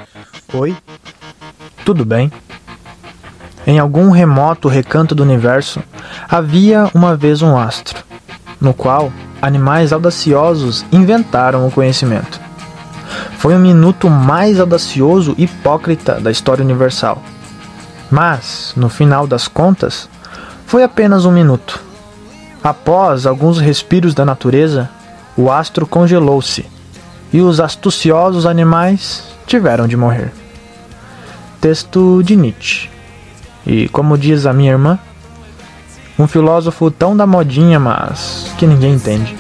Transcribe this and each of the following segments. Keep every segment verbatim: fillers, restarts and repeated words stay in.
Oi? Tudo bem? Em algum remoto recanto do universo, havia uma vez um astro, no qual animais audaciosos inventaram o conhecimento. Foi o minuto mais audacioso e hipócrita da história universal. Mas, no final das contas, foi apenas um minuto. Após alguns respiros da natureza, o astro congelou-se e os astuciosos animais tiveram de morrer. Texto de Nietzsche. E como diz a minha irmã, um filósofo tão da modinha, mas que ninguém entende.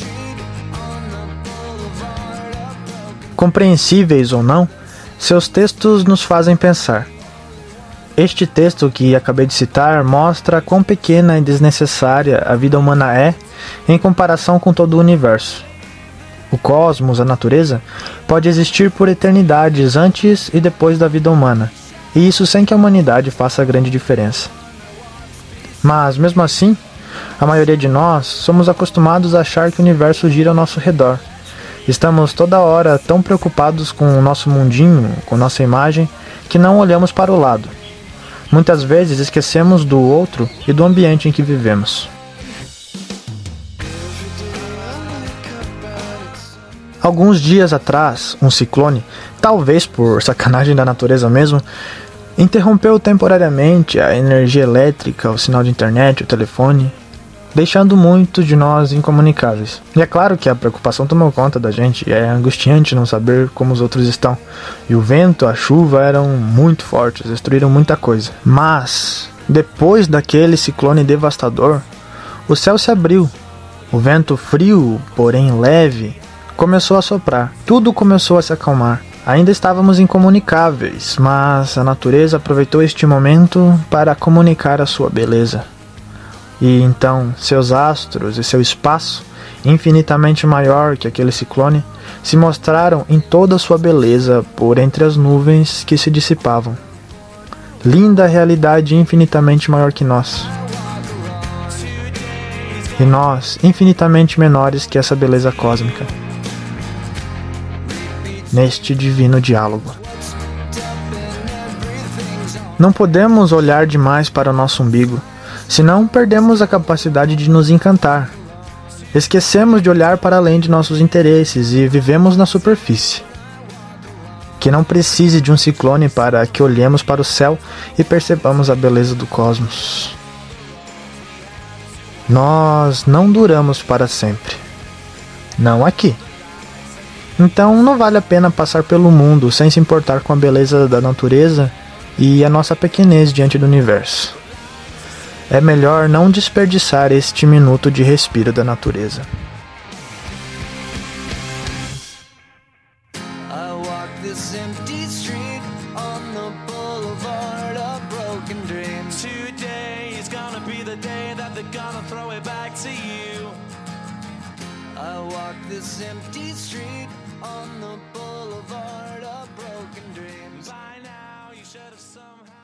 Compreensíveis ou não, seus textos nos fazem pensar. Este texto que acabei de citar mostra quão pequena e desnecessária a vida humana é em comparação com todo o universo. O cosmos, a natureza, pode existir por eternidades antes e depois da vida humana, e isso sem que a humanidade faça grande diferença. Mas, mesmo assim, a maioria de nós somos acostumados a achar que o universo gira ao nosso redor. Estamos toda hora tão preocupados com o nosso mundinho, com nossa imagem, que não olhamos para o lado. Muitas vezes esquecemos do outro e do ambiente em que vivemos. Alguns dias atrás, um ciclone, talvez por sacanagem da natureza mesmo, interrompeu temporariamente a energia elétrica, o sinal de internet, o telefone, deixando muitos de nós incomunicáveis. E é claro que a preocupação tomou conta da gente, e é angustiante não saber como os outros estão. E o vento, a chuva eram muito fortes, destruíram muita coisa. Mas, depois daquele ciclone devastador, o céu se abriu. O vento frio, porém leve, começou a soprar. Tudo começou a se acalmar. Ainda estávamos incomunicáveis, mas a natureza aproveitou este momento para comunicar a sua beleza. E então seus astros e seu espaço, infinitamente maior que aquele ciclone, se mostraram em toda a sua beleza por entre as nuvens que se dissipavam. Linda realidade infinitamente maior que nós. E nós, infinitamente menores que essa beleza cósmica. Neste divino diálogo. Não podemos olhar demais para o nosso umbigo, senão perdemos a capacidade de nos encantar. Esquecemos de olhar para além de nossos interesses e vivemos na superfície. Que não precise de um ciclone para que olhemos para o céu e percebamos a beleza do cosmos. Nós não duramos para sempre. Não aqui. Então não vale a pena passar pelo mundo sem se importar com a beleza da natureza e a nossa pequenez diante do universo. É melhor não desperdiçar este minuto de respiro da natureza. I walk this empty street on the boulevard of broken dreams. Today is gonna be the day that they're gonna throw it back to you. I walk this empty street on the boulevard of broken dreams. By now you should have somehow